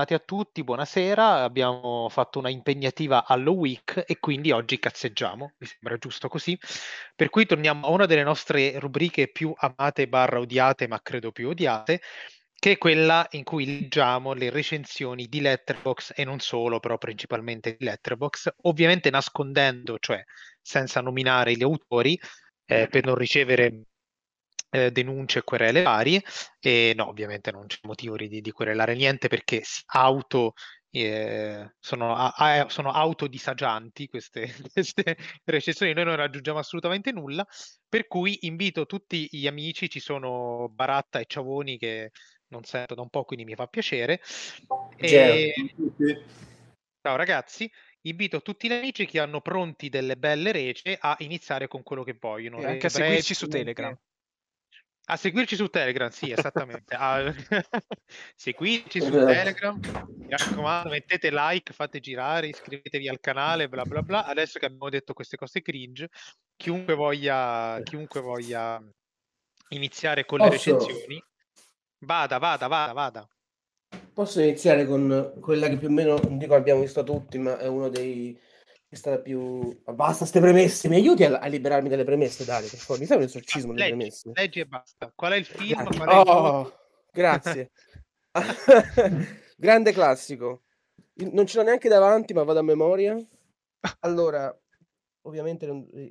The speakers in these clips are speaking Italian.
bentornati a tutti, buonasera. Abbiamo fatto una impegnativa Allo Week e quindi oggi cazzeggiamo, mi sembra giusto così. Per cui torniamo a una delle nostre rubriche più amate barra odiate, ma credo più odiate, che è quella in cui leggiamo le recensioni di Letterboxd e non solo, però principalmente di Letterboxd, ovviamente nascondendo, cioè senza nominare gli autori, per non ricevere denunce e querele varie. E no, ovviamente non c'è motivo di querelare niente perché sono autodisagianti queste, queste recensioni, noi non raggiungiamo assolutamente nulla, per cui invito tutti gli amici, ci sono Baratta e Ciavoni che non sento da un po', quindi mi fa piacere. E... Ciao ragazzi, invito tutti gli amici che hanno pronti delle belle rece a iniziare con quello che vogliono. E anche a seguirci su Telegram. A seguirci su Telegram, sì, esattamente. Seguiteci su Telegram, mi raccomando, mettete like, fate girare, iscrivetevi al canale, bla bla bla. Adesso che abbiamo detto queste cose cringe, chiunque voglia iniziare con le recensioni, vada. Posso iniziare con quella che più o meno, non dico abbiamo visto tutti, ma è uno dei... è stata più... Basta ste premesse, mi aiuti a liberarmi dalle premesse, Dario, per favore. Mi fai un esorcismo delle premesse? Leggi e basta. Qual è il film? Grazie. Qual è il voto? Grazie. Grande classico. Non ce l'ho neanche davanti, ma vado a memoria. Allora, ovviamente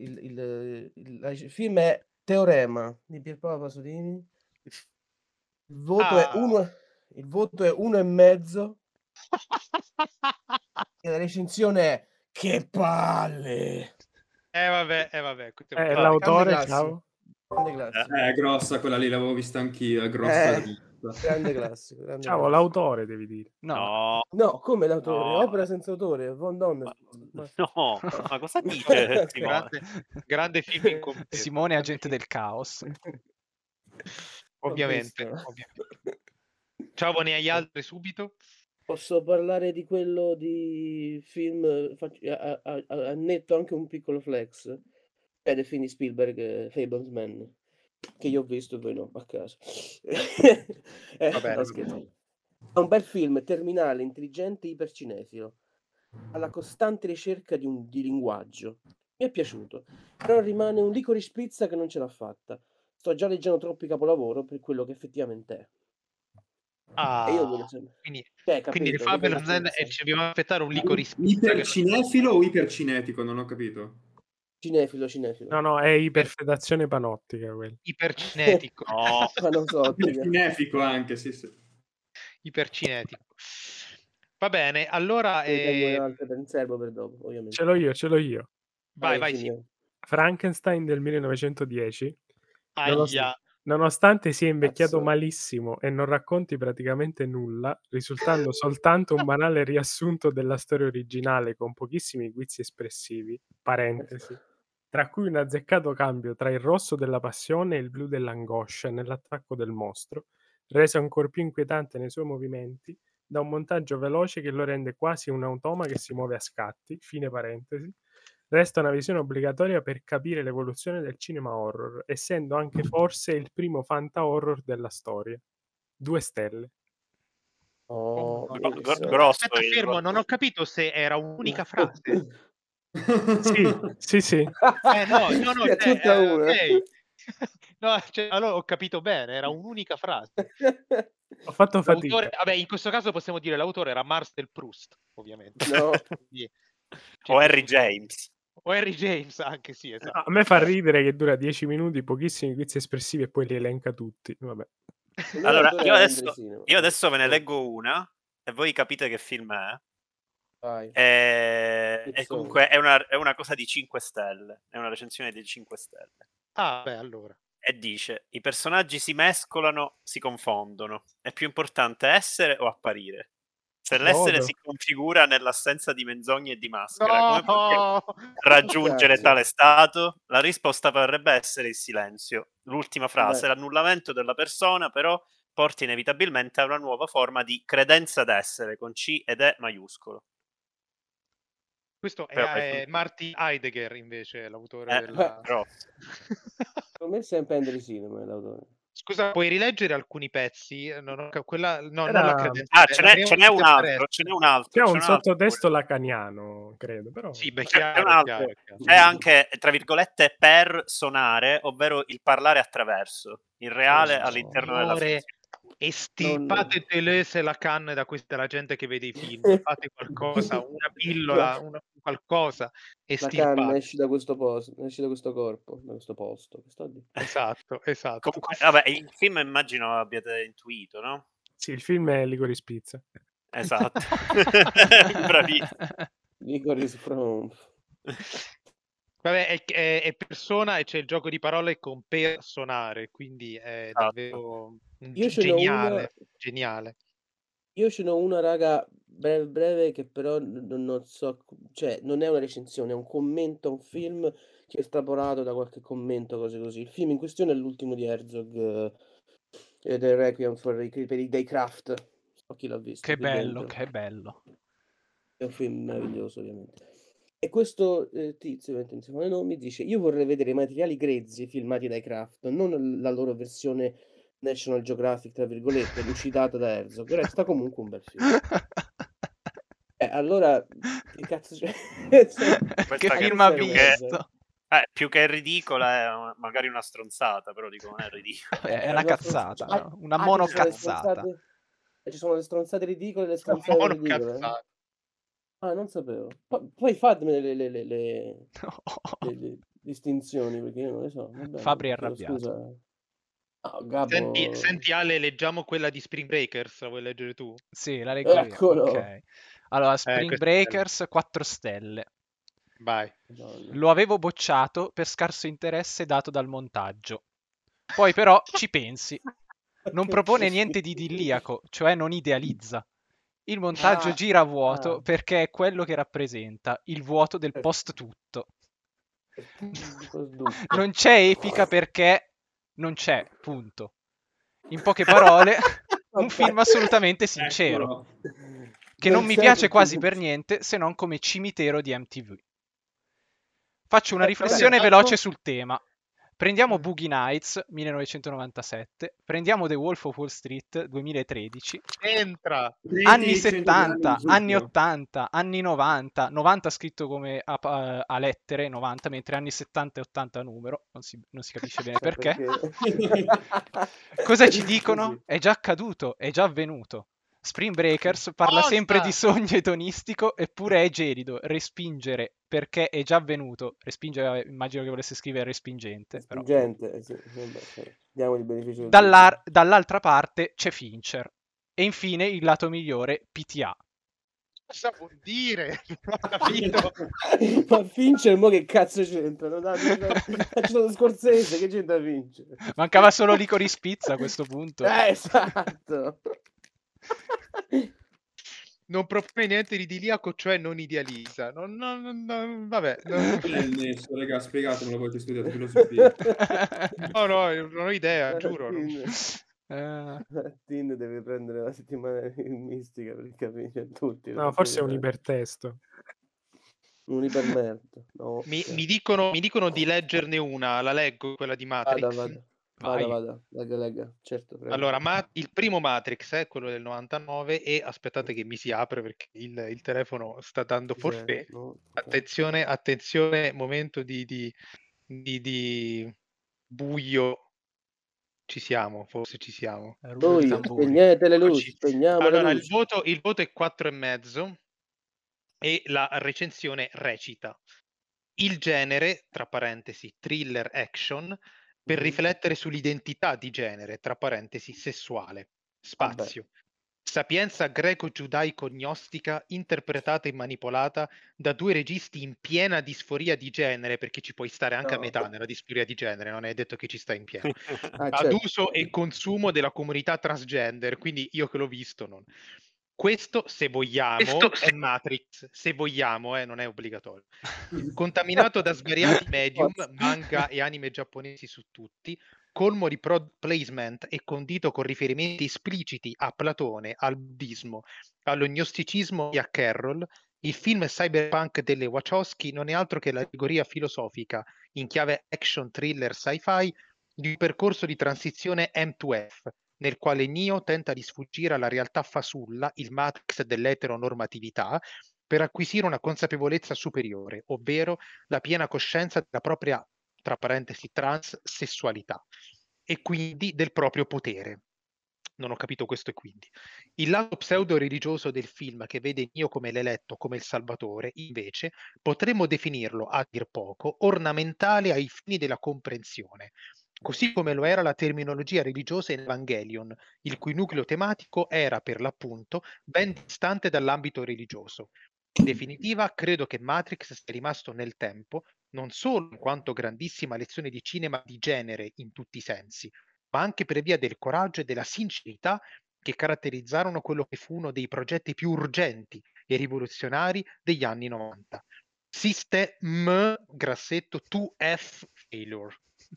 il film è Teorema di Pierpaolo Pasolini. Il voto è 1,5 e la recensione è che palle. Vabbè. L'autore, ciao. Grande classico. È grossa quella lì, l'avevo vista anch'io, è grossa. Grande classico. Ciao, l'autore devi dire. No, come l'autore? No. Opera senza autore, Von Donner. No, ma cosa dice Simone? Grande film incompleto. Simone è agente del caos. Ovviamente. Ciao, ne hai altri subito? Posso parlare di quello di film, annetto anche un piccolo flex, dei film di Spielberg, Fableman, che io ho visto e voi no, a caso. Vabbè, No, scherzo. È un bel film, terminale, intelligente, ipercinefilo, alla costante ricerca di linguaggio. Mi è piaciuto, però rimane un licorice pizza che non ce l'ha fatta. Sto già leggendo troppi capolavoro per quello che effettivamente è. E io voglio quindi il Fableman e ci dobbiamo aspettare un licorice pizza. Ipercinefilo o ipercinetico? Non ho capito. Cinefilo. No, è iperfedazione panottica quello. Ipercinetico. No. Ipercinefico anche, sì. Ipercinetico. Va bene, allora... in serbo per dopo, ovviamente. Ce l'ho io. Vai, sì. Frankenstein del 1910. Aia. Nonostante sia invecchiato malissimo e non racconti praticamente nulla, risultando soltanto un banale riassunto della storia originale con pochissimi guizzi espressivi, parentesi, tra cui un azzeccato cambio tra il rosso della passione e il blu dell'angoscia nell'attacco del mostro, reso ancor più inquietante nei suoi movimenti da un montaggio veloce che lo rende quasi un automa che si muove a scatti, fine parentesi. Resta una visione obbligatoria per capire l'evoluzione del cinema horror, essendo anche forse il primo fanta horror della storia. 2 stelle. Grosso. Aspetta, fermo, non ho capito se era un'unica frase. Sì. No, è tutta una. Okay. No, allora ho capito bene, era un'unica frase. Ho fatto fatica. Vabbè, in questo caso possiamo dire l'autore era Marcel Proust, ovviamente. No. O Harry James. O Harry James, anche sì, esatto. A me fa ridere che dura 10 minuti, pochissimi quiz espressivi e poi li elenca tutti. Vabbè. Allora, io adesso ve ne leggo una e voi capite che film è. E comunque è una cosa di 5 stelle, è una recensione di 5 stelle. Allora. E dice: i personaggi si mescolano, si confondono. È più importante essere o apparire? Se l'essere si configura nell'assenza di menzogne e di maschera, come raggiungere tale stato? La risposta potrebbe essere il silenzio. L'ultima frase, l'annullamento della persona, però, porta inevitabilmente a una nuova forma di credenza d'essere, con C ed E maiuscolo. Questo è Martin Heidegger, invece, l'autore della... Per me è sempre Andrew Cinema l'autore. Scusa, puoi rileggere alcuni pezzi? Quella, no, non Era- la credenza. Ce n'è un altro. C'è un altro sottotesto lacaniano, credo, però... Sì, beh, C'è un chiaro, altro. chiaro. C'è anche, tra virgolette, per sonare, ovvero il parlare attraverso, il reale all'interno della Signore, finzione. estirpatele se la canna dalla gente che vede i film. Fate qualcosa, una pillola, qualcosa. La canna Estirpate. esci da questo posto, esci da questo corpo, da questo posto. Che sto a dire? Esatto. Comunque, vabbè, il film immagino abbiate intuito, no? Sì, il film è Licorice Pizza. Esatto. Bravissimo. Licorice from. Vabbè, è persona e c'è il gioco di parole con per suonare, quindi è Esatto. davvero Io ce n'ho una, geniale. io ce n'ho una, raga, breve, che però non so, cioè non è una recensione, è un commento a un film che è estrapolato da qualche commento, cose così. Il film in questione è l'ultimo di Herzog, del Requiem dei Craft. So chi l'ha visto. Che qui bello, dentro. che bello. È un film meraviglioso, ovviamente. E questo tizio, ovviamente non si fa nomi, dice: io vorrei vedere i materiali grezzi filmati dai Craft, non la loro versione National Geographic, tra virgolette, lucidata da Herzog. Resta comunque un bel film. Allora, che cazzo c'è? Che film ha visto? Più che ridicola, è magari una stronzata, però dico, non è ridicola. È una cazzata, no? Una monocazzata. Ci sono le stronzate ridicole e le stronzate ridicole. Ah, non sapevo. Poi fatemene le distinzioni, perché io non le so. Vabbè, Fabri è arrabbiato. Scusa. Oh, Gabbo... Senti Ale, leggiamo quella di Spring Breakers, la vuoi leggere tu? Sì, la leggo Eccolo. io. Ok. Allora, Spring Breakers, 4 stelle. Vai. Lo avevo bocciato per scarso interesse dato dal montaggio. Poi però ci pensi. Non propone niente di idilliaco, cioè non idealizza. Il montaggio gira a vuoto perché è quello che rappresenta, il vuoto del post tutto. Non c'è epica perché non c'è, punto. In poche parole, un film assolutamente sincero, che non mi piace quasi per niente se non come cimitero di MTV. Faccio una riflessione veloce sul tema. Prendiamo Boogie Nights 1997, prendiamo The Wolf of Wall Street 2013, anni 70, anni 80, anni 90, 90 scritto come a lettere, 90, mentre anni 70 e 80 numero, non si capisce bene perché. Cosa ci dicono? È già accaduto, è già avvenuto. Spring Breakers parla sempre di sogno edonistico, eppure è gelido. Respingere perché è già avvenuto. Respingere, immagino che volesse scrivere respingente. Respingente, sì. Diamo il beneficio dall'altra parte c'è Fincher. E infine il lato migliore, PTA. Cosa vuol dire? Non ho capito. Ma Fincher, mo che cazzo c'entra? C'è lo Scorsese, che c'entra Fincher? Mancava solo Licorice Pizza a questo punto. Esatto. Non propone niente di idilliaco, cioè non idealizza. Vabbè. Raga, spiegatemelo poi che studiate filosofia. No, non ho idea, giuro. Tin deve prendere la settimana mistica per capire tutti. No, forse è un ipertesto. Un ipermerto. No, mi dicono di leggerne una, la leggo, quella di Matrix. Vada, legga, certo. Prego. Allora, il primo Matrix è quello del 99 e aspettate che mi si apre perché il telefono sta dando forfait. No. Attenzione, momento di buio. Forse ci siamo. Spegnete le luci, spegniamo le luci. Il voto è 4,5 e la recensione recita: il genere, tra parentesi, thriller action, per riflettere sull'identità di genere, tra parentesi, sessuale. Spazio. Sapienza greco-giudaico-gnostica interpretata e manipolata da due registi in piena disforia di genere, perché ci puoi stare anche a metà nella disforia di genere, non è detto che ci sta in pieno. Ad uso e consumo della comunità transgender, quindi io che l'ho visto non. Questo, se vogliamo, è Matrix, se vogliamo, non è obbligatorio. Contaminato da svariati medium, manga e anime giapponesi su tutti, colmo di product placement e condito con riferimenti espliciti a Platone, al buddismo, allo gnosticismo e a Carroll, il film cyberpunk delle Wachowski non è altro che l'allegoria filosofica in chiave action thriller sci-fi di un percorso di transizione M2F, nel quale Neo tenta di sfuggire alla realtà fasulla, il matrix dell'eteronormatività, per acquisire una consapevolezza superiore, ovvero la piena coscienza della propria, tra parentesi, transsessualità, e quindi del proprio potere. Non ho capito questo e quindi. Il lato pseudo-religioso del film, che vede Neo come l'eletto, come il salvatore, invece, potremmo definirlo, a dir poco, ornamentale ai fini della comprensione, così come lo era la terminologia religiosa in Evangelion, il cui nucleo tematico era, per l'appunto, ben distante dall'ambito religioso. In definitiva, credo che Matrix sia rimasto nel tempo, non solo in quanto grandissima lezione di cinema di genere in tutti i sensi, ma anche per via del coraggio e della sincerità che caratterizzarono quello che fu uno dei progetti più urgenti e rivoluzionari degli anni 90. System grassetto 2F failure.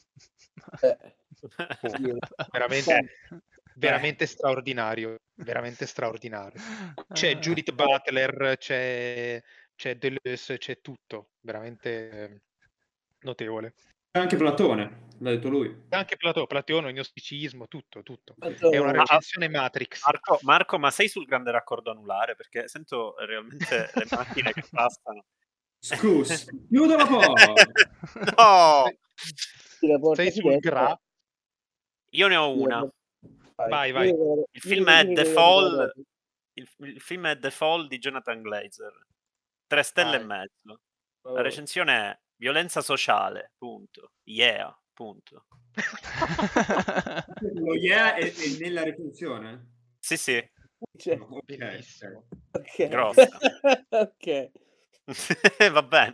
Veramente straordinario, veramente straordinario. C'è Judith Butler, c'è Deleuze, c'è tutto, veramente notevole. Anche Platone, l'ha detto lui. Anche Platone, il gnosticismo, tutto. È una recensione Matrix. Marco, ma sei sul grande raccordo anulare? Perché sento realmente le macchine che passano. Scusa, chiudo la porta. No! Sei sul gra? Io ne ho una. Vai. Il film è The Fall. Il film è The Fall di Jonathan Glazer. 3 stelle e mezzo. La recensione è violenza sociale, punto. Yeah, punto. Lo yeah è nella recensione? Sì. Bellissimo. Ok. Grossa. Ok. Va bene.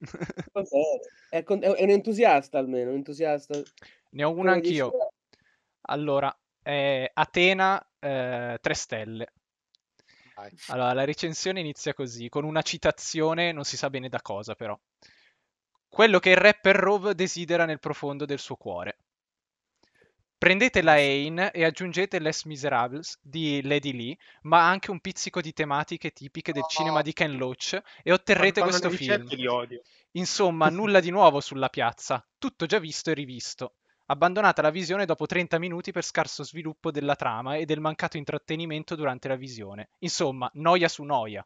È un entusiasta almeno, un entusiasta. Ne ho una anch'io. Allora, Atena 3 stelle. Allora, la recensione inizia così, con una citazione, non si sa bene da cosa però. Quello che il rapper Rove desidera nel profondo del suo cuore. Prendete la Ain e aggiungete Les Miserables di Lady Lee, ma anche un pizzico di tematiche tipiche del cinema di Ken Loach e otterrete questo film. Li odio. Insomma, nulla di nuovo sulla piazza, tutto già visto e rivisto. Abbandonata la visione dopo 30 minuti per scarso sviluppo della trama e del mancato intrattenimento durante la visione. Insomma, noia su noia.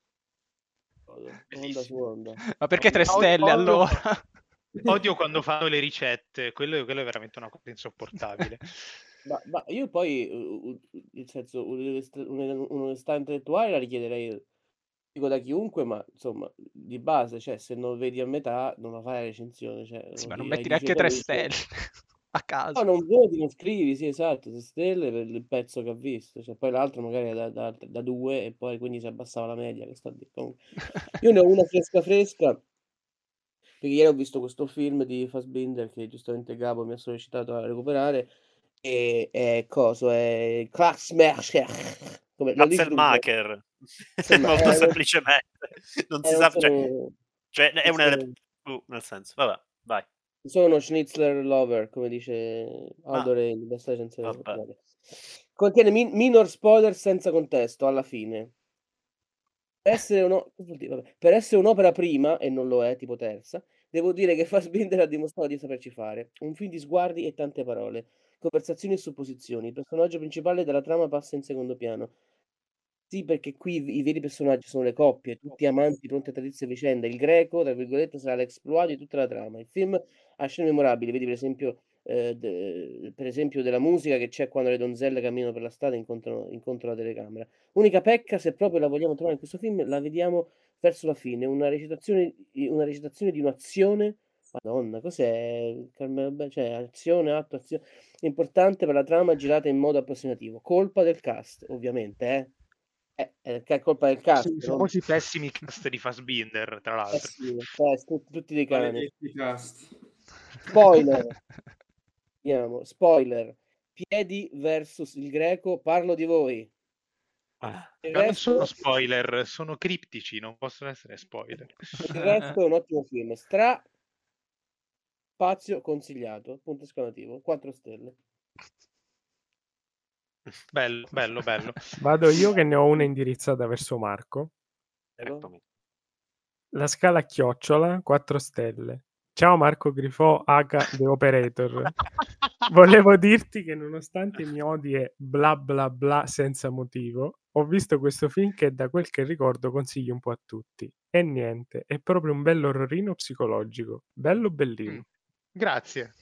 Onda su onda. Ma perché 3 stelle allora? Odio quando fanno le ricette, quello è veramente una cosa insopportabile. Ma io poi, nel senso, un'onestà intellettuale la richiederei, dico, da chiunque, ma insomma, di base, cioè, se non vedi a metà, non la fai la recensione. Cioè, sì, ma non metti neanche 3 stelle a caso. No, non vedi, non scrivi, sì, esatto, 6 stelle per il pezzo che ha visto. Cioè, poi l'altro magari è da 2 e poi quindi si abbassava la media. Che sta a dire. Comunque, io ne ho una fresca. Perché ieri ho visto questo film di Fassbinder che giustamente Gabo mi ha sollecitato a recuperare e è Klaxmacher, come lo dici tu? Katzelmacher. Molto semplicemente. Non si sa, cioè è una nel senso, vabbè, vai. Sono uno Schnitzler lover, come dice Aldo Rein, contiene minor spoiler senza contesto alla fine. Per essere un'opera prima, e non lo è, tipo terza, devo dire che Fassbinder ha dimostrato di saperci fare. Un film di sguardi e tante parole, conversazioni e supposizioni. Il personaggio principale della trama passa in secondo piano. Sì, perché qui i veri personaggi sono le coppie, tutti amanti pronti a tradirsi a vicenda. Il greco, tra virgolette, sarà l'exploit di tutta la trama. Il film ha scene memorabili, vedi per esempio della musica che c'è quando le donzelle camminano per la strada e incontrano la telecamera. Unica pecca, se proprio la vogliamo trovare in questo film, la vediamo verso la fine, una recitazione di un'azione. Madonna, cos'è? Cioè, azione, atto, azione. Importante per la trama girata in modo approssimativo. Colpa del cast, ovviamente, è colpa del cast. I famosi pessimi cast di Fassbinder, tra l'altro. Tutti dei cani. Spoiler. Piedi versus il greco, parlo di voi. Non sono spoiler, sono criptici, non possono essere spoiler. Il resto è un ottimo film. Spazio consigliato, punto esclamativo, 4 stelle. Bello. Vado io che ne ho una indirizzata verso Marco. La scala a chiocciola, 4 stelle. Ciao Marco Grifò, H The Operator. Volevo dirti che nonostante mi odi bla bla bla senza motivo, ho visto questo film che da quel che ricordo consiglio un po' a tutti. E niente, è proprio un bello orrorino psicologico. Bello bellino. Grazie.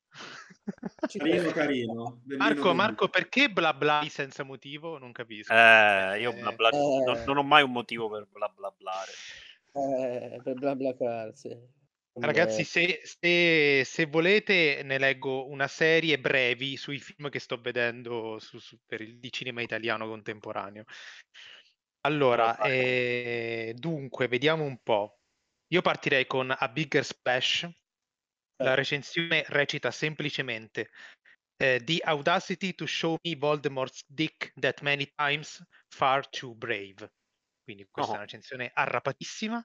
Carino. Bellino, Marco, perché bla bla senza motivo? Non capisco. Io bla bla, non ho mai un motivo per bla bla blare. Per bla bla car, sì. Ragazzi, se volete ne leggo una serie brevi sui film che sto vedendo per di cinema italiano contemporaneo. Allora, dunque, vediamo un po'. Io partirei con A Bigger Splash. La recensione recita semplicemente The audacity to show me Voldemort's dick that many times, far too brave. Quindi questa è una recensione arrapatissima.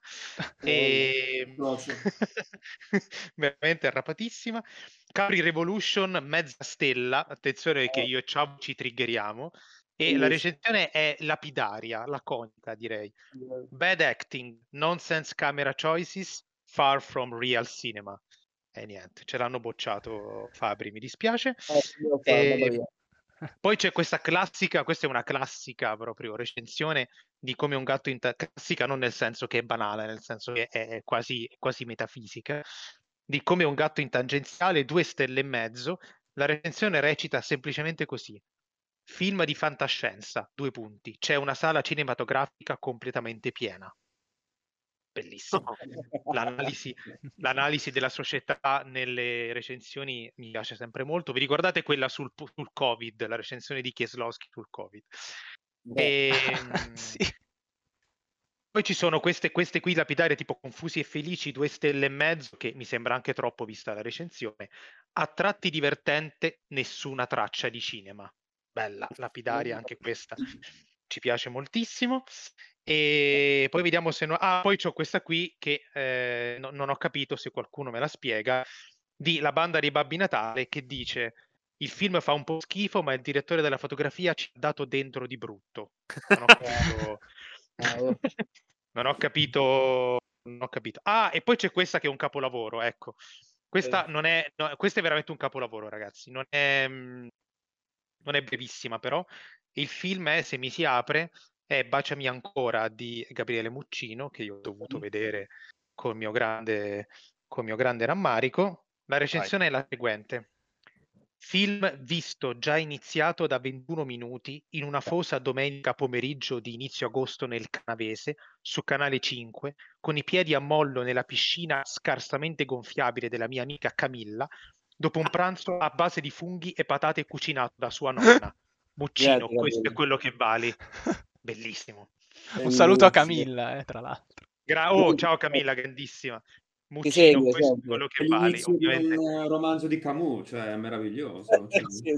Veramente arrapatissima. Capri Revolution, mezza stella. Attenzione che io e Ciao ci triggeriamo. E la recensione è lapidaria, laconica direi. Bad acting, nonsense camera choices, far from real cinema. E niente, ce l'hanno bocciato Fabri, mi dispiace. Poi c'è questa classica, questa è una classica proprio recensione di Come un gatto in classica non nel senso che è banale, nel senso che è quasi metafisica, di Come un gatto in tangenziale, 2 stelle e mezzo. La recensione recita semplicemente così: film di fantascienza, 2 punti, c'è una sala cinematografica completamente piena. Bellissimo. L'analisi della società nelle recensioni mi piace sempre molto. Vi ricordate quella sul Covid, la recensione di Kieslowski sul Covid? Sì. Poi ci sono queste qui lapidarie tipo Confusi e Felici, 2 stelle e mezzo, che mi sembra anche troppo vista la recensione. A tratti divertente, nessuna traccia di cinema. Bella, lapidaria anche questa. Ci piace moltissimo. E poi vediamo se poi c'ho questa qui che non ho capito, se qualcuno me la spiega, di La banda dei Babbi Natale, che dice: il film fa un po' schifo, ma il direttore della fotografia ci ha dato dentro di brutto. Non ho capito. Non ho capito. E poi c'è questa che è un capolavoro, ecco. Questa non è, questo è veramente un capolavoro, ragazzi. Non è brevissima, però. Il film è Se mi si apre, è Baciami ancora di Gabriele Muccino, che io ho dovuto vedere col mio grande rammarico. La recensione è la seguente: film visto già iniziato da 21 minuti in una fosa domenica pomeriggio di inizio agosto nel Canavese, su Canale 5, con i piedi a mollo nella piscina scarsamente gonfiabile della mia amica Camilla, dopo un pranzo a base di funghi e patate cucinato da sua nonna. Muccino, questo è quello che vali. Bellissimo. Un saluto a Camilla, tra l'altro. Ciao Camilla, grandissima. Muccino, questo è quello che vale. L'inizio di un romanzo di Camus, cioè meraviglioso.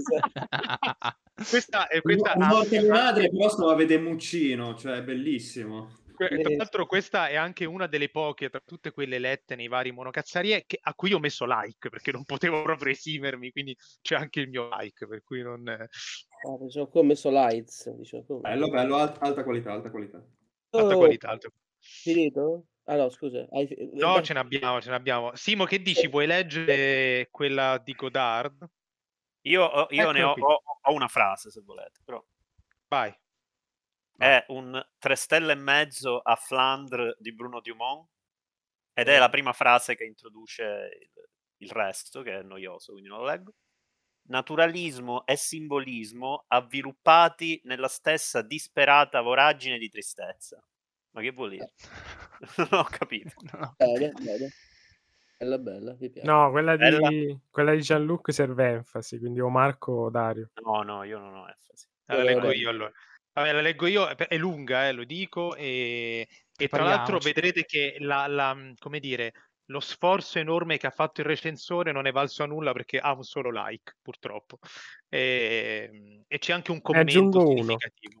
Questa morte mia madre, però stavo a vedere Muccino, cioè bellissimo. Tra l'altro questa è anche una delle poche tra tutte quelle lette nei vari monocazzarie a cui ho messo like, perché non potevo proprio esimermi, quindi c'è anche il mio like, per cui non... diciamo, ho messo lights. Diciamo, bello, alta qualità. Alta qualità. Finito? Ah no, scusa. No, ce n'abbiamo. Simo, che dici? Vuoi leggere quella di Godard? Io ne ho una frase, se volete, però. Vai. È un 3 stelle e mezzo a Flandre di Bruno Dumont ed è la prima frase che introduce il resto, che è noioso, quindi non lo leggo. Naturalismo e simbolismo avviluppati nella stessa disperata voragine di tristezza. Ma che vuol dire? Non ho capito. Bene. Bella, mi piace. No, quella di Jean-Luc serve enfasi, quindi o Marco o Dario. No, io non ho enfasi. La leggo io allora. Vabbè, la leggo io, è lunga, lo dico, e tra l'altro vedrete che come dire, lo sforzo enorme che ha fatto il recensore non è valso a nulla perché ha un solo like, purtroppo. E c'è anche un commento significativo.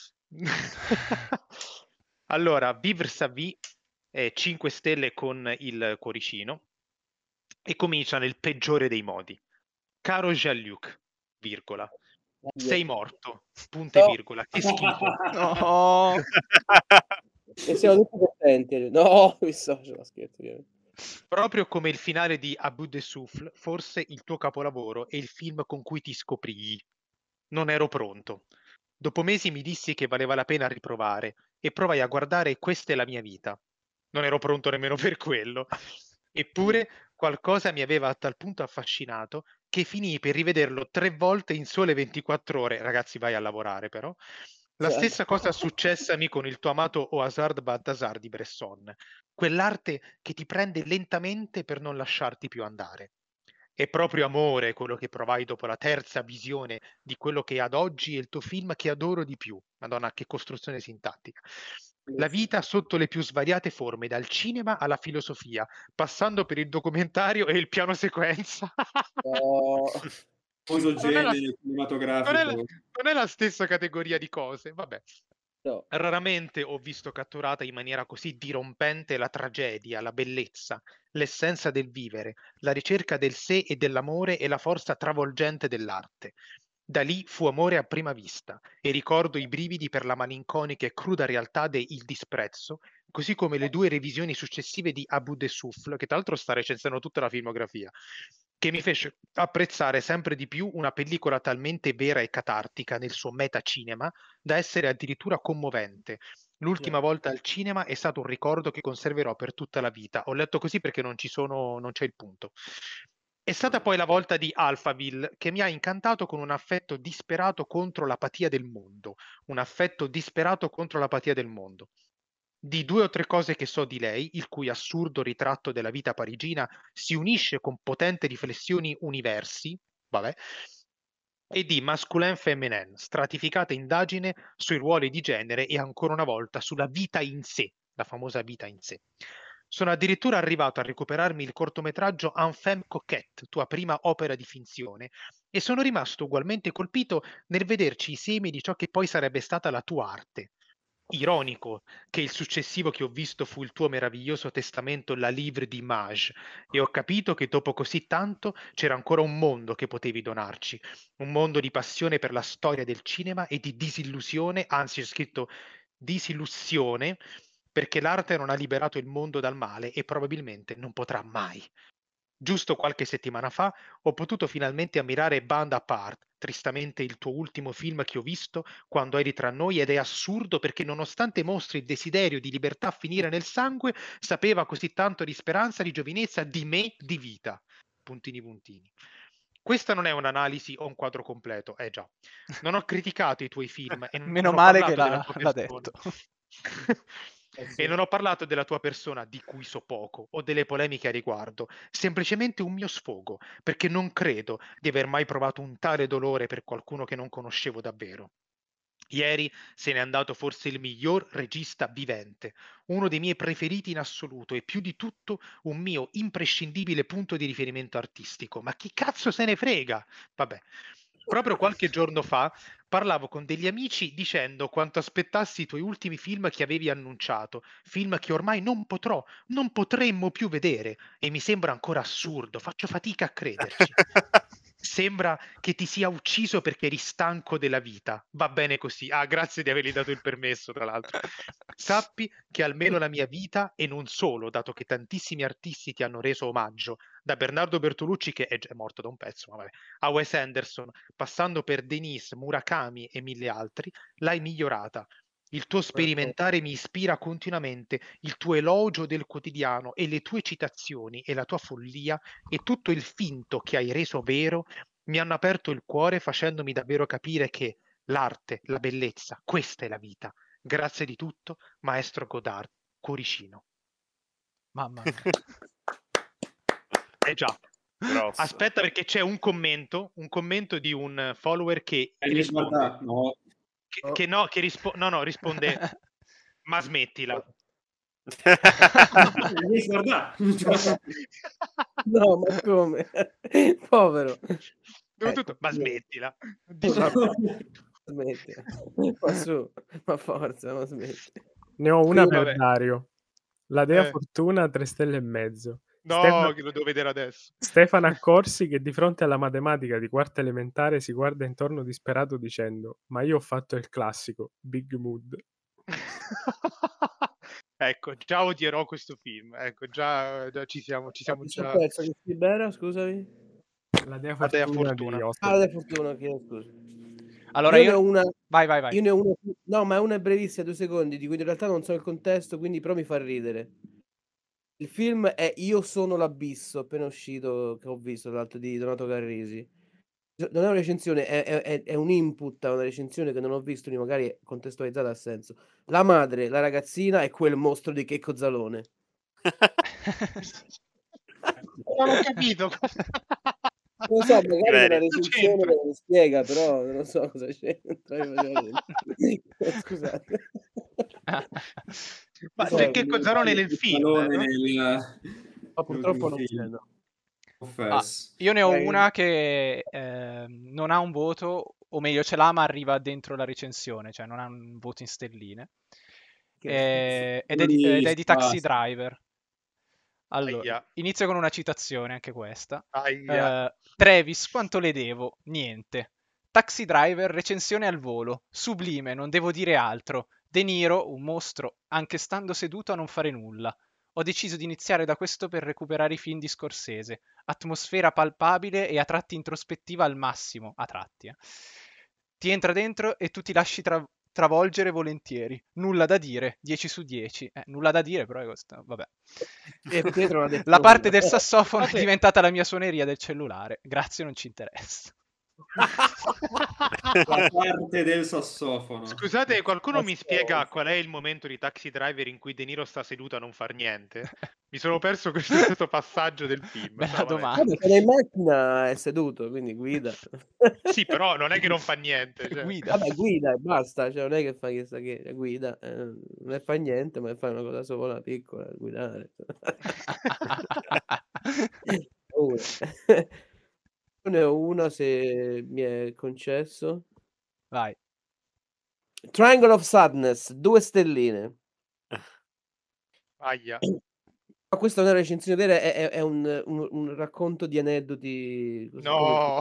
Allora, Vivre sa vie, 5 stelle con il cuoricino, e comincia nel peggiore dei modi. Caro Jean-Luc, virgola. Sei morto, punto e virgola. Che schifo. No. E siamo tutti contenti. No, mi scherzo. Proprio come il finale di A Bout de Souffle, forse il tuo capolavoro è il film con cui ti scoprii. Non ero pronto. Dopo mesi mi dissi che valeva la pena riprovare e provai a guardare Questa è la mia vita. Non ero pronto nemmeno per quello. Eppure qualcosa mi aveva a tal punto affascinato che finii per rivederlo 3 volte in sole 24 ore. Ragazzi, vai a lavorare però. La stessa cosa successami con il tuo amato Au hasard Balthazar di Bresson, quell'arte che ti prende lentamente per non lasciarti più andare. È proprio amore quello che provai dopo la terza visione di quello che ad oggi è il tuo film che adoro di più. Madonna, che costruzione sintattica. La vita sotto le più svariate forme, dal cinema alla filosofia, passando per il documentario e il piano sequenza. Famoso Non è la- genere cinematografico. non è la stessa categoria di cose, vabbè. No. Raramente ho visto catturata in maniera così dirompente la tragedia, la bellezza, l'essenza del vivere, la ricerca del sé e dell'amore e la forza travolgente dell'arte. Da lì fu amore a prima vista e ricordo i brividi per la malinconica e cruda realtà de Il disprezzo, così come le 2 revisioni successive di A Bout de Souffle, che tra l'altro sta recensendo tutta la filmografia, che mi fece apprezzare sempre di più una pellicola talmente vera e catartica nel suo metacinema da essere addirittura commovente. L'ultima volta al cinema è stato un ricordo che conserverò per tutta la vita. Ho letto così perché non c'è il punto. È stata poi la volta di Alphaville che mi ha incantato con un affetto disperato contro l'apatia del mondo. Un affetto disperato contro l'apatia del mondo. Di 2 o 3 cose che so di lei, il cui assurdo ritratto della vita parigina si unisce con potenti riflessioni universi, vabbè, e di Masculin Féminin, stratificata indagine sui ruoli di genere e ancora una volta sulla vita in sé, la famosa vita in sé. Sono addirittura arrivato a recuperarmi il cortometraggio Un femme coquette, tua prima opera di finzione, e sono rimasto ugualmente colpito nel vederci i semi di ciò che poi sarebbe stata la tua arte. Ironico che il successivo che ho visto fu il tuo meraviglioso testamento La Livre d'Image e ho capito che dopo così tanto c'era ancora un mondo che potevi donarci, un mondo di passione per la storia del cinema e di disillusione, anzi c'è scritto disillusione, perché l'arte non ha liberato il mondo dal male e probabilmente non potrà mai. Giusto qualche settimana fa ho potuto finalmente ammirare Band Apart, tristamente il tuo ultimo film che ho visto quando eri tra noi, ed è assurdo perché nonostante mostri il desiderio di libertà finire nel sangue, sapeva così tanto di speranza, di giovinezza, di me, di vita. Puntini puntini. Questa non è un'analisi o un quadro completo, già. Non ho criticato i tuoi film e Meno non ho male che parlato della tua l'ha persona. detto. E non ho parlato della tua persona di cui so poco o delle polemiche a riguardo, semplicemente un mio sfogo, perché non credo di aver mai provato un tale dolore per qualcuno che non conoscevo davvero. Ieri se n'è andato forse il miglior regista vivente, uno dei miei preferiti in assoluto e più di tutto un mio imprescindibile punto di riferimento artistico. Ma chi cazzo se ne frega? Vabbè. Proprio qualche giorno fa parlavo con degli amici dicendo quanto aspettassi i tuoi ultimi film che avevi annunciato, film che ormai non potremmo più vedere, e mi sembra ancora assurdo, faccio fatica a crederci. Sembra che ti sia ucciso perché eri stanco della vita. Va bene così. Ah, grazie di avergli dato il permesso, tra l'altro. Sappi che almeno la mia vita, e non solo, dato che tantissimi artisti ti hanno reso omaggio, da Bernardo Bertolucci, che è morto da un pezzo, ma vabbè, a Wes Anderson, passando per Denis, Murakami e 1000 altri, l'hai migliorata. Il tuo sperimentare mi ispira continuamente, il tuo elogio del quotidiano e le tue citazioni e la tua follia e tutto il finto che hai reso vero mi hanno aperto il cuore facendomi davvero capire che l'arte, la bellezza, questa è la vita. Grazie di tutto, maestro Godard, cuoricino. Mamma mia. Già. Grosso. Aspetta perché c'è un commento di un follower che risponde. Risponde ma smettila. No, ma come? Povero. Ma smettila. Smettila. Ma su, ma forza, ma smetti. Ne ho una per Vabbè. Dario. La Dea Fortuna 3 stelle e mezzo. No, che lo devo vedere adesso. Stefano Accorsi che di fronte alla matematica di quarta elementare si guarda intorno disperato dicendo: ma io ho fatto il classico, Big Mood. Ecco, già odierò questo film. Ecco, già ci siamo Mi sono già... perso che film era, scusami. La dea La dea fortuna fortuna. di Ah, Oscar. la fortuna, chiedo scusa. Allora Io ne ho una. Vai. Io ne ho una. No, ma è una brevissima, 2 secondi, di cui in realtà non so il contesto, quindi però mi fa ridere. Il film è Io sono l'abisso, appena uscito, che ho visto, tra l'altro, di Donato Carrisi. Non è una recensione, è un input a una recensione che non ho visto, quindi magari contestualizzata ha senso. La madre, la ragazzina e quel mostro di Checco Zalone. Non ho capito. Non so, magari nella Vedi. recensione me lo spiega, però non so cosa c'entra. Scusate. Ma c'è Checco Zalone nel film, no? Ma purtroppo non c'è, no. Io ne ho una che non ha un voto, o meglio ce l'ha ma arriva dentro la recensione, cioè non ha un voto in stelline. Ed è di Taxi Driver. Allora, Aia. inizio con una citazione, anche questa. Aia. Travis, quanto le devo? Niente. Taxi Driver, recensione al volo. Sublime, non devo dire altro. De Niro, un mostro, anche stando seduto a non fare nulla. Ho deciso di iniziare da questo per recuperare i film di Scorsese. Atmosfera palpabile e a tratti introspettiva al massimo. A tratti, Ti entra dentro e tu ti lasci travolgere volentieri. Nulla da dire, 10 su 10. Nulla da dire, però è questo, vabbè. Pietro l'ha detto La parte nulla. del sassofono è diventata la mia suoneria del cellulare. Grazie, non ci interessa. La parte del sassofono. Scusate, qualcuno mi spiega qual è il momento di Taxi Driver in cui De Niro sta seduto a non far niente? Mi sono perso questo passaggio del film. Bella però vabbè. domanda. Vabbè, in macchina è seduto, quindi guida. Sì, però non è che non fa niente. Cioè. Guida. Vabbè, guida e basta, cioè non è che fa chissà che guida, non è fa niente, ma fa una cosa sola piccola, guidare. Io ne ho una, se mi è concesso. Vai. Triangle of Sadness, 2 stelline. Aia. Ma questa non è una recensione vera, è un racconto di aneddoti. No.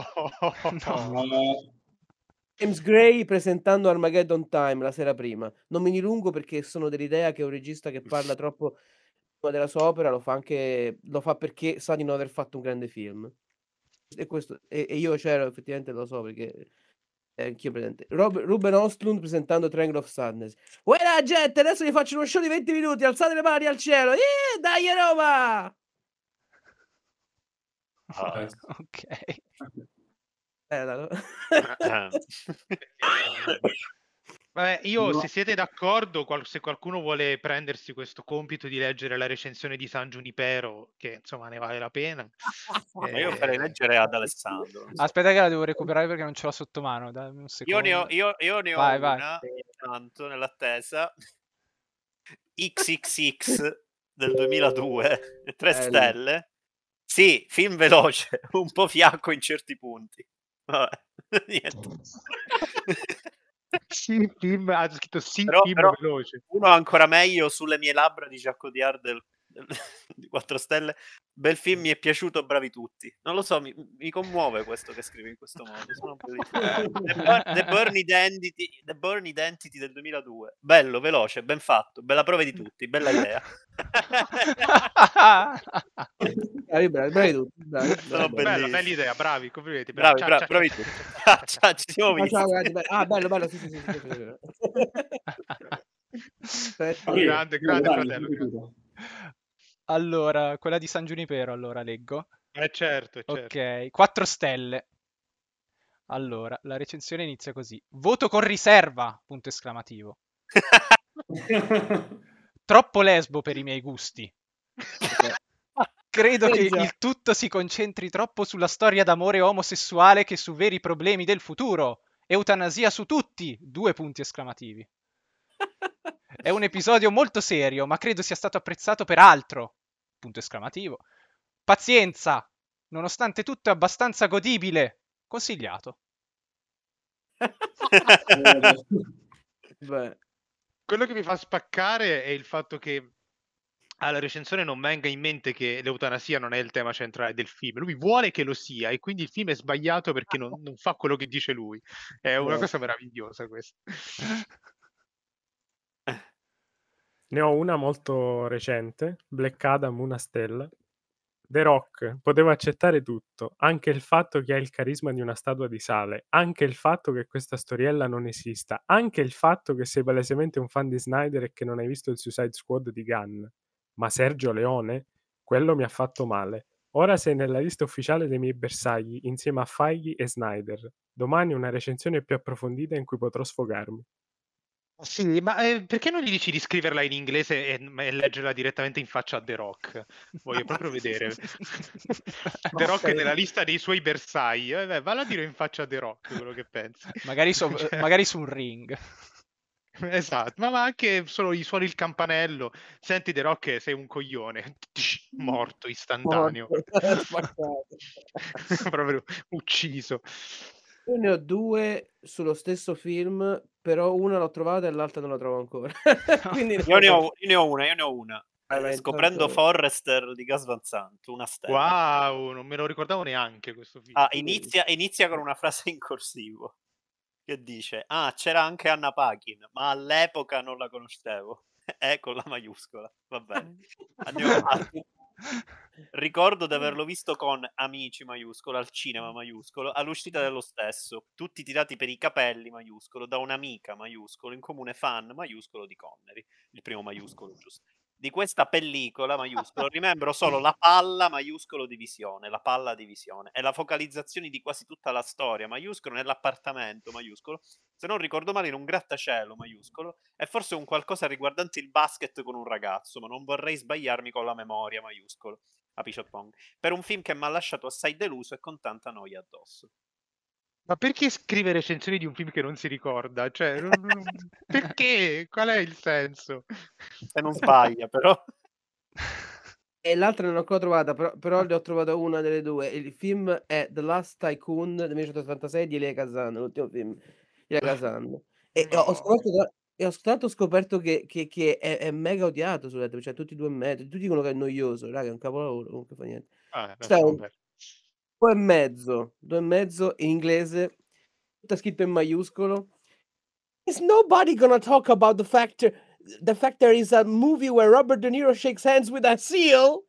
James Gray presentando Armageddon Time la sera prima. Non mi dilungo perché sono dell'idea che un regista che parla troppo della sua opera lo fa perché sa di non aver fatto un grande film. E io c'ero, effettivamente lo so perché anch'io presente. Ruben Östlund presentando Triangle of Sadness. Uè la gente, adesso vi faccio uno show di 20 minuti, alzate le mani al cielo. Dai Roma! Ok. Vabbè, io se siete d'accordo, se qualcuno vuole prendersi questo compito di leggere la recensione di San Junipero, che insomma ne vale la pena. Ma io farei leggere ad Alessandro. Aspetta che la devo recuperare perché non ce l'ho sotto mano. Dammi un secondo. Io ne ho Vai. una, intanto, nell'attesa. XXX del 2002, 3 stelle. Sì, film veloce, un po' fiacco in certi punti. Vabbè, niente. Sì, film, ha scritto sì, però veloce. Uno ancora meglio, Sulle mie labbra di Jacques Audiard di 4 stelle. Bel film, mi è piaciuto, bravi tutti. Non lo so, mi commuove questo che scrive in questo modo. Sono The Burn Identity del 2002. Bello, veloce, ben fatto, bella prova di tutti, bella idea. Bravi tutti. Bella idea, bravi, complimenti. Bravi tutti. Ciao, ci siamo visti. Bello, sì. Grande fratello. Allora, quella di San Junipero, allora leggo. Certo. Ok, 4 stelle. Allora, la recensione inizia così. Voto con riserva, punto esclamativo. Troppo lesbo per i miei gusti. Credo che il tutto si concentri troppo sulla storia d'amore omosessuale che su veri problemi del futuro. Eutanasia su tutti, 2 punti esclamativi. È un episodio molto serio, ma credo sia stato apprezzato per altro, punto esclamativo. Pazienza, nonostante tutto è abbastanza godibile. Consigliato. Beh. Quello che mi fa spaccare è il fatto che alla recensione non venga in mente che l'eutanasia non è il tema centrale del film. Lui vuole che lo sia e quindi il film è sbagliato perché non fa quello che dice lui. È una cosa meravigliosa questa. Ne ho una molto recente, Black Adam, una stella. The Rock poteva accettare tutto, anche il fatto che ha il carisma di una statua di sale, anche il fatto che questa storiella non esista, anche il fatto che sei palesemente un fan di Snyder e che non hai visto il Suicide Squad di Gunn. Ma Sergio Leone, quello mi ha fatto male. Ora sei nella lista ufficiale dei miei bersagli insieme a Feige e Snyder. Domani una recensione più approfondita in cui potrò sfogarmi. Sì, ma perché non gli dici di scriverla in inglese e leggerla direttamente in faccia a The Rock? Voglio proprio vedere. The Rock è nella lista dei suoi bersagli. Valla a dire in faccia a The Rock quello che pensi. Magari Cioè, magari su un ring. esatto, ma anche solo gli suoni il campanello. Senti The Rock, sei un coglione. Morto istantaneo. Spaccato. Proprio ucciso. Io ne ho due sullo stesso film, però una l'ho trovata e l'altra non la trovo ancora. Quindi Io ne ho una. Vai, Scoprendo intanto- Forrester di Gus Van Sant, una stella. Wow, non me lo ricordavo neanche questo film. Ah, inizia con una frase in corsivo che dice: Ah, c'era anche Anna Paquin, ma all'epoca non la conoscevo. Con la maiuscola. Va bene. Andiamo avanti. Ricordo di averlo visto con amici maiuscolo al cinema maiuscolo all'uscita dello stesso, tutti tirati per i capelli maiuscolo da un'amica maiuscolo in comune fan maiuscolo di Connery, il primo maiuscolo giusto. Di questa pellicola maiuscolo rimembro solo la palla maiuscolo divisione, la palla divisione e la focalizzazione di quasi tutta la storia maiuscolo nell'appartamento maiuscolo, se non ricordo male in un grattacielo maiuscolo e forse un qualcosa riguardante il basket con un ragazzo, ma non vorrei sbagliarmi con la memoria maiuscolo a Bishop Pong, per un film che mi ha lasciato assai deluso e con tanta noia addosso. Ma perché scrive recensioni di un film che non si ricorda? Cioè, perché? Qual è il senso? Se non sbaglia, però. E l'altra non l'ho ancora trovata, però ne ho trovata una delle due. Il film è The Last Tycoon del 1976 di Elia Kazan, l'ultimo film di Elia Kazan. E No. ho scoperto che è mega odiato su Letterboxd, cioè tutti 2,5, tutti dicono che è noioso, raga, è un capolavoro, comunque fa niente. Sta lasciamo un perdere. 2,5 in inglese, tutta scritto in maiuscolo. Is nobody gonna talk about the fact there is a movie where Robert De Niro shakes hands with a seal?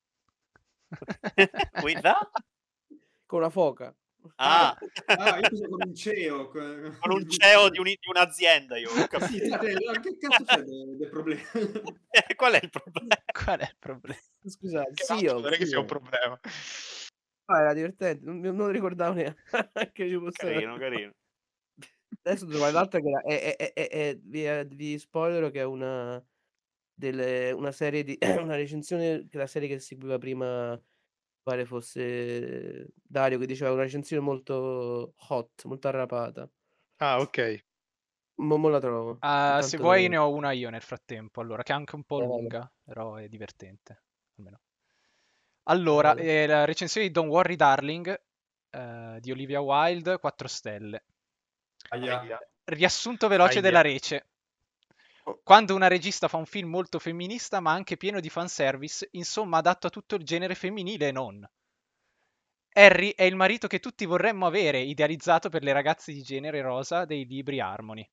With that? Con una foca. Ah, io penso con un CEO. con un CEO di un'azienda, io ho capito. Sì, che cazzo c'è del problema? Qual è il problema? Qual è il problema? Scusate, Che altro non è che sia un problema. era divertente, non lo ricordavo neanche. Ci fosse... Carino. Adesso trovare l'altra che vi spoilerò che è una serie di una recensione, che la serie che seguiva prima pare fosse Dario, che diceva una recensione molto hot, molto arrapata. Ah, ok. Mo la trovo. Se vuoi ne ho una io nel frattempo, allora, che è anche un po' lunga, però è divertente. Almeno. Allora, la recensione di Don't Worry Darling di Olivia Wilde, 4 stelle. Riassunto veloce della Rece. Quando una regista fa un film molto femminista ma anche pieno di fanservice, insomma adatto a tutto il genere femminile e non. Harry è il marito che tutti vorremmo avere, idealizzato per le ragazze di genere rosa dei libri Harmony.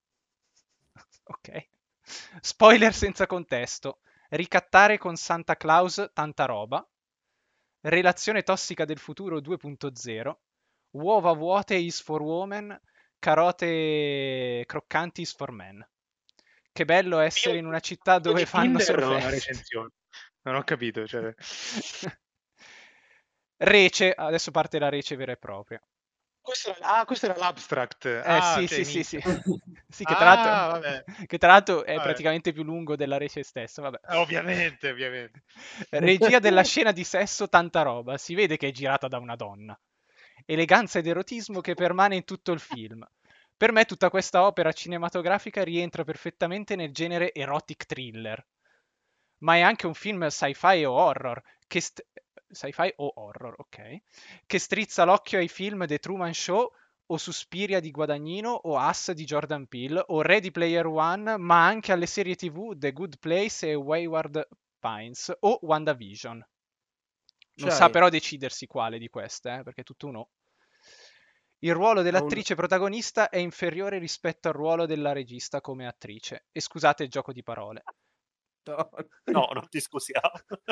Ok. Spoiler senza contesto. Ricattare con Santa Claus tanta roba. Relazione tossica del futuro 2.0. Uova vuote is for women. Carote croccanti is for men. Che bello essere in una città dove fanno solo una feste. recensione. Non ho capito, cioè. Rece, adesso parte la Rece vera e propria. Questo era l'abstract. Sì. Sì, che vabbè. tra l'altro è praticamente più lungo della Rece stessa, vabbè. Ovviamente. Regia della scena di sesso, tanta roba. Si vede che è girata da una donna. Eleganza ed erotismo che permane in tutto il film. Per me tutta questa opera cinematografica rientra perfettamente nel genere erotic thriller. Ma è anche un film sci-fi o horror sci-fi o horror, ok? Che strizza l'occhio ai film The Truman Show o Suspiria di Guadagnino o Us di Jordan Peele o Ready Player One, ma anche alle serie TV The Good Place e Wayward Pines o WandaVision. Non sa però decidersi quale di queste, perché è tutto uno. Il ruolo dell'attrice protagonista è inferiore rispetto al ruolo della regista come attrice. E scusate il gioco di parole. No, non ti scusiamo.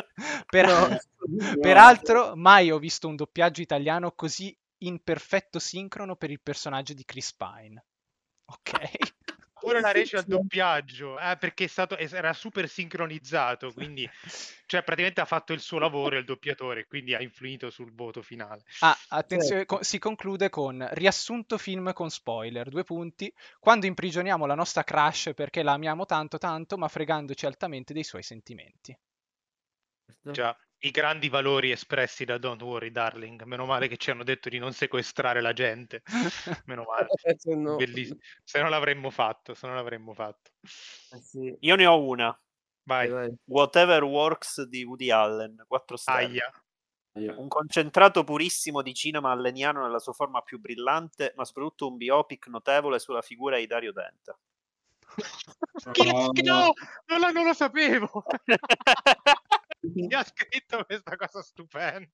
Peraltro, mai ho visto un doppiaggio italiano così in perfetto sincrono per il personaggio di Chris Pine. Ok. Pure la recita al doppiaggio, perché era super sincronizzato, quindi cioè praticamente ha fatto il suo lavoro il doppiatore, quindi ha influito sul voto finale. Attenzione, si conclude con riassunto film con spoiler, 2 punti, quando imprigioniamo la nostra crush perché la amiamo tanto tanto, ma fregandoci altamente dei suoi sentimenti. Già, i grandi valori espressi da Don't Worry Darling, meno male che ci hanno detto di non sequestrare la gente, meno male, No. bellissimo, se non l'avremmo fatto. Sì. Io ne ho una. Vai. Whatever Works di Woody Allen, 4 stelle. Un concentrato purissimo di cinema alleniano nella sua forma più brillante, ma soprattutto un biopic notevole sulla figura di Dario Denta. No, non lo sapevo. Chi ha scritto questa cosa stupenda?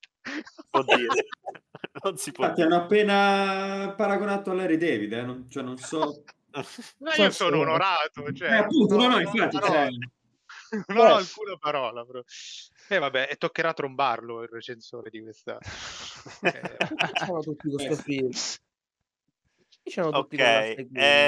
Non si può Ti hanno appena paragonato a Larry David, non so. Ma io sono onorato, cioè, appunto, non ho alcuna parola. Vabbè, e toccherà trombarlo il recensore di questa. Diciamo tutti questo film. Ok.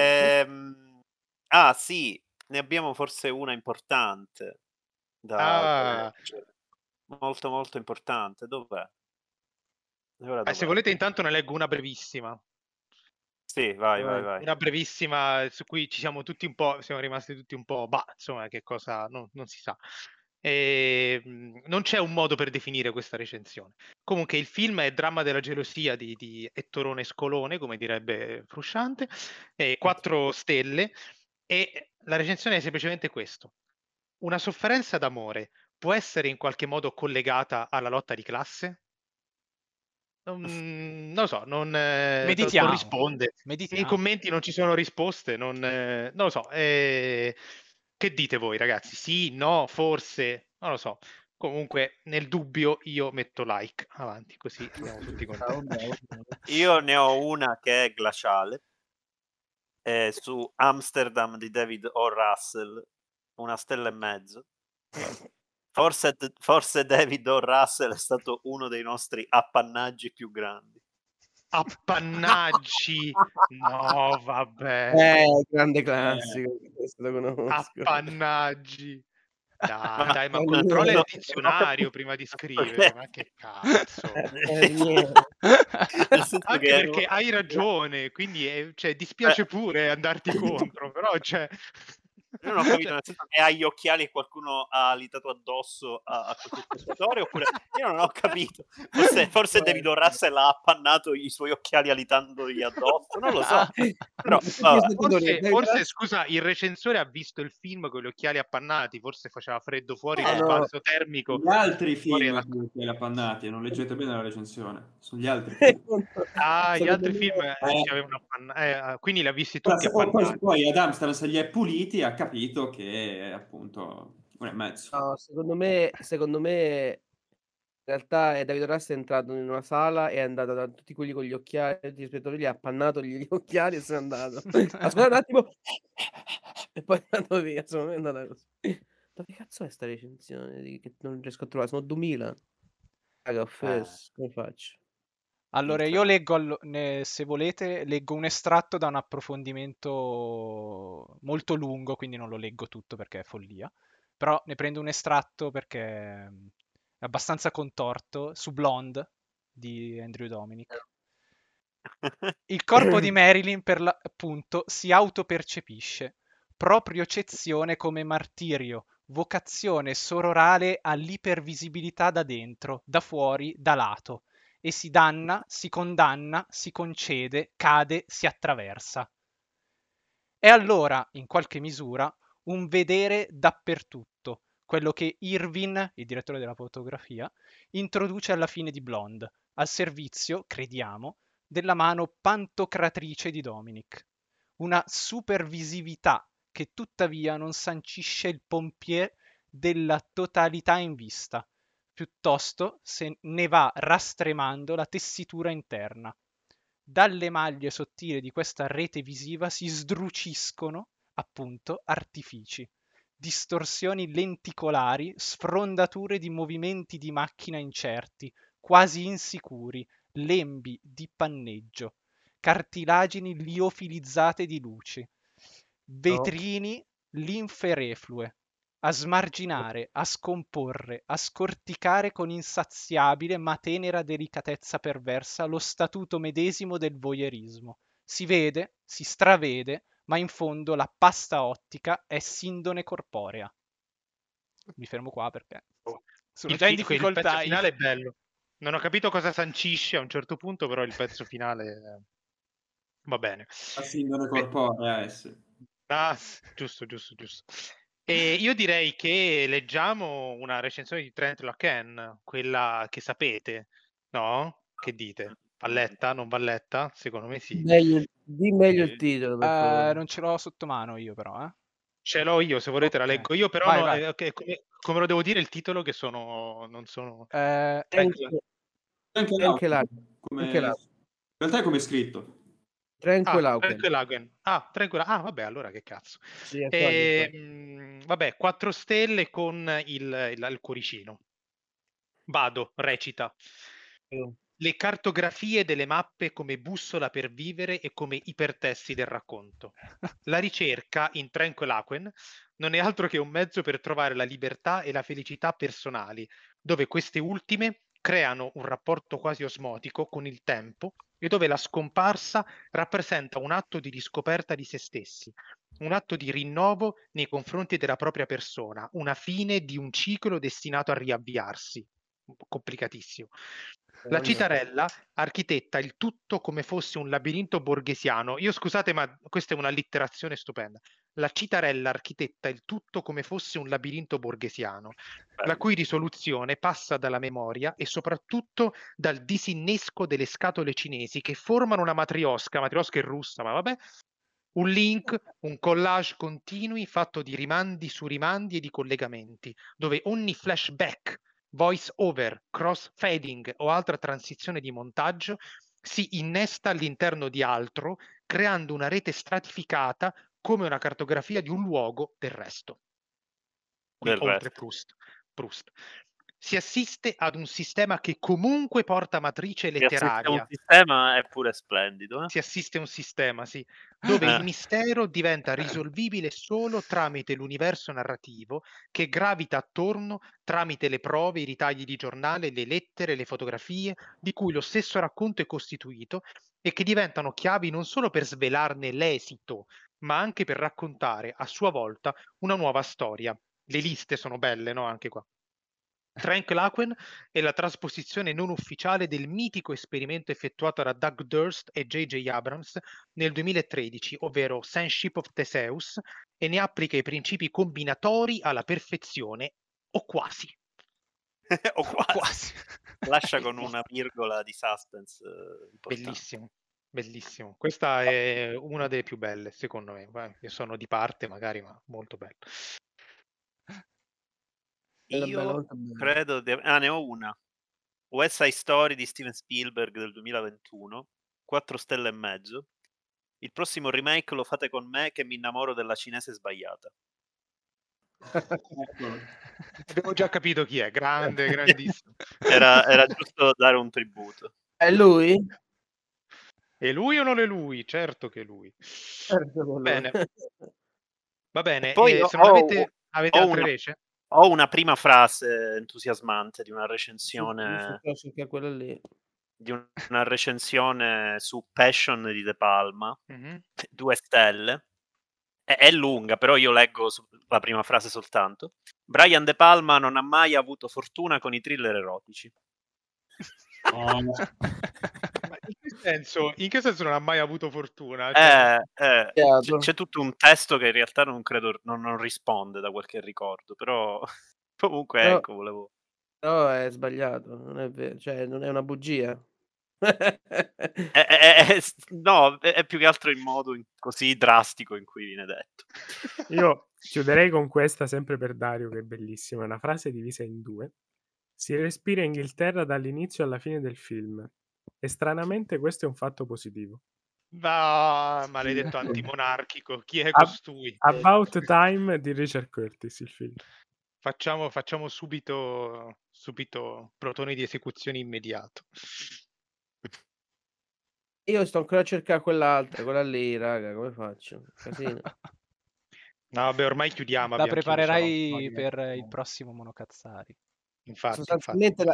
Sì, ne abbiamo forse una importante da molto molto importante. Dov'è? Se volete intanto ne leggo una brevissima. Sì, vai. Una brevissima su cui siamo rimasti tutti un po', insomma, che cosa, non si sa. Non c'è un modo per definire questa recensione. Comunque il film è Dramma della gelosia di Ettorone Scolone, come direbbe Frusciante, 4 stelle, e la recensione è semplicemente questo. Una sofferenza d'amore può essere in qualche modo collegata alla lotta di classe? Non lo so, non risponde. Nei commenti non ci sono risposte, non lo so. Che dite voi, ragazzi? Sì, no, forse, non lo so. Comunque, nel dubbio, io metto like avanti, così siamo tutti contenti. Io ne ho una che è glaciale. Su Amsterdam di David O. Russell, 1,5 stelle. Forse David O. Russell è stato uno dei nostri appannaggi più grandi. Appannaggi? No, vabbè. Grande classico. Appannaggi. Dai, ma controlla il dizionario prima di scrivere, ma che cazzo. Anche perché hai ragione, quindi dispiace pure andarti contro, però Io non ho capito, nel senso che ha gli occhiali e qualcuno ha alitato addosso a questo spettatore, oppure io non ho capito. Forse David O. Russell ha appannato i suoi occhiali alitandogli addosso, non lo so. Però, forse, scusa, il recensore ha visto il film con gli occhiali appannati, forse faceva freddo fuori, il balzo termico. Gli altri film con gli occhiali appannati, non leggete bene la recensione. Sugli altri film. Gli altri film avevano appannati, quindi li ha visti tutti appannati. Poi ad Amsterdam se li è puliti e ha capito che è appunto 1,5. No, secondo me in realtà David Russell è entrato in una sala e è andato da tutti quelli con gli occhiali, gli spettatori, gli ha appannato gli occhiali e se n'è andato. Aspetta un attimo e poi è andato via. Secondo me è andata così. Dove cazzo è sta recensione che non riesco a trovare? Sono 2000. Raga, come faccio? Allora, io leggo, se volete, leggo un estratto da un approfondimento molto lungo, quindi non lo leggo tutto perché è follia, però ne prendo un estratto perché è abbastanza contorto, su Blonde di Andrew Dominic. Il corpo di Marilyn, per l'appunto, si autopercepisce, propriocezione come martirio, vocazione sororale all'ipervisibilità da dentro, da fuori, da lato, e si danna, si condanna, si concede, cade, si attraversa. È allora, in qualche misura, un vedere dappertutto, quello che Irvin, il direttore della fotografia, introduce alla fine di Blonde, al servizio, crediamo, della mano pantocratrice di Dominic. Una supervisività che tuttavia non sancisce il pompier della totalità in vista, piuttosto se ne va rastremando la tessitura interna. Dalle maglie sottili di questa rete visiva si sdruciscono, appunto, artifici. distorsioni lenticolari, sfrondature di movimenti di macchina incerti, quasi insicuri, lembi di panneggio, cartilagini liofilizzate di luci, vetrini linfe reflue, a smarginare, a scomporre, a scorticare con insaziabile ma tenera delicatezza perversa lo statuto medesimo del voyeurismo. Si vede, si stravede, ma in fondo la pasta ottica è sindone corporea. Mi fermo qua perché sono già in Il difficoltà. pezzo finale è bello. Non ho capito cosa sancisce a un certo punto, però il pezzo finale va bene. La sindrome corporea, sì. Ah, giusto. E io direi che leggiamo una recensione di Trent Locken, quella che sapete, no? Che dite? Va letta? Non va letta? Secondo me sì. Di meglio il titolo, per favore. Non ce l'ho sotto mano io però, Ce l'ho io, se volete la Ok. leggo io, però Vai. come lo devo dire il titolo che non sono... Anche là. In realtà è come è scritto. Tranquilaguen. Vabbè, allora che cazzo. Sì, vabbè, 4 stelle con il cuoricino. Vado, recita. Le cartografie delle mappe come bussola per vivere e come ipertesti del racconto. La ricerca in Tranquilaguen non è altro che un mezzo per trovare la libertà e la felicità personali, dove queste ultime creano un rapporto quasi osmotico con il tempo e dove la scomparsa rappresenta un atto di riscoperta di se stessi, un atto di rinnovo nei confronti della propria persona, una fine di un ciclo destinato a riavviarsi. Complicatissimo. La citarella architetta il tutto come fosse un labirinto borghesiano. Io scusate, ma questa è una allitterazione stupenda. La citarella architetta il tutto come fosse un labirinto borghesiano, la cui risoluzione passa dalla memoria e soprattutto dal disinnesco delle scatole cinesi che formano una matriosca è russa, ma vabbè, un link, un collage continui fatto di rimandi su rimandi e di collegamenti, dove ogni flashback, voice over, cross fading o altra transizione di montaggio si innesta all'interno di altro, creando una rete stratificata come una cartografia di un luogo del resto. Qui oltre Proust. Si assiste ad un sistema che comunque porta matrice letteraria. Un sistema è pure splendido. Si assiste a un sistema, sì, dove il mistero diventa risolvibile solo tramite l'universo narrativo che gravita attorno tramite le prove, i ritagli di giornale, le lettere, le fotografie, di cui lo stesso racconto è costituito e che diventano chiavi non solo per svelarne l'esito, ma anche per raccontare a sua volta una nuova storia. Le liste sono belle, no? Anche qua. Tranquilaguen è la trasposizione non ufficiale del mitico esperimento effettuato da Doug Durst e J.J. Abrams nel 2013, ovvero Ship of Theseus, e ne applica i principi combinatori alla perfezione, o quasi. O quasi. Lascia con una virgola di suspense importante. Bellissimo. Questa è una delle più belle, secondo me. Io sono di parte magari, ma molto bello. Io credo ne ho una. West Side Story di Steven Spielberg del 2021, 4 stelle e mezzo. Il prossimo remake lo fate con me che mi innamoro della cinese sbagliata. Abbiamo già capito chi è, grandissimo. Era giusto dare un tributo. È lui? È lui o non è lui? Certo che è lui. Bene. Va bene, poi se non avete altre rece? Ho una prima frase entusiasmante di una recensione di una recensione su Passion di De Palma, 2 stelle. È lunga, però io leggo la prima frase soltanto. Brian De Palma non ha mai avuto fortuna con i thriller erotici. Ma in che senso non ha mai avuto fortuna? C'è tutto un testo che in realtà non credo non risponde da quel che ricordo, però comunque ecco, volevo. No, è sbagliato, non è vero, cioè non è una bugia. No, è più che altro il modo così drastico in cui viene detto. Io chiuderei con questa, sempre per Dario, che è bellissima, una frase divisa in 2. Si respira Inghilterra dall'inizio alla fine del film e stranamente questo è un fatto positivo. Maledetto antimonarchico, chi è Ab- costui? About Time di Richard Curtis, il film. Facciamo subito protoni di esecuzione immediato. Io sto ancora a cercare quella lì, raga, come faccio? Casino. No, vabbè, ormai chiudiamo. La abbiamo chiuso, no? preparerai per il prossimo Monocazzari. Infatti. Sostanzialmente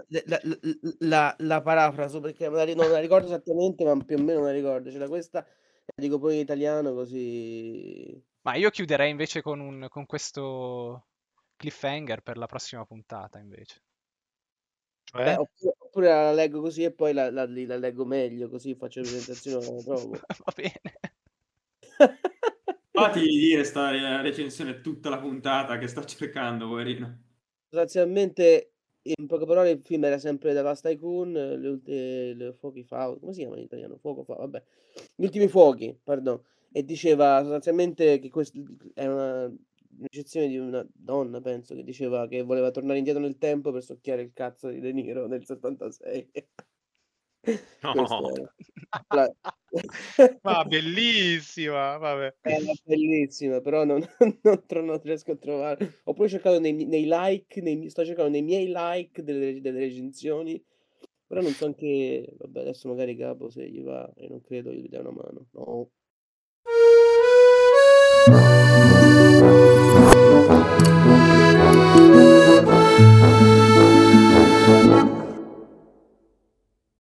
la parafraso, perché non me la ricordo esattamente, ma più o meno me la ricordo. C'era questa, la dico poi in italiano così... Ma io chiuderei invece con questo cliffhanger per la prossima puntata, invece. Cioè? Oppure la leggo così e poi la leggo meglio, così faccio la presentazione, la trovo. Va bene. Fatti dire sta recensione tutta la puntata che sto cercando, poverino. Sostanzialmente, in poche parole, il film era sempre The Last Tycoon, le fuochi fa... come si chiama in italiano? Fuoco fa, vabbè. Gli ultimi fuochi, perdono. E diceva sostanzialmente che questa è un'eccezione di una donna, penso, che diceva che voleva tornare indietro nel tempo per succhiare il cazzo di De Niro nel 76. Questo era. Ma bellissima, vabbè. Era bellissima, però non riesco a trovare. Ho pure cercato nei like, sto cercando nei miei like delle recensioni, però non so anche. Vabbè, adesso magari Capo se gli va, e non credo gli dia una mano. No.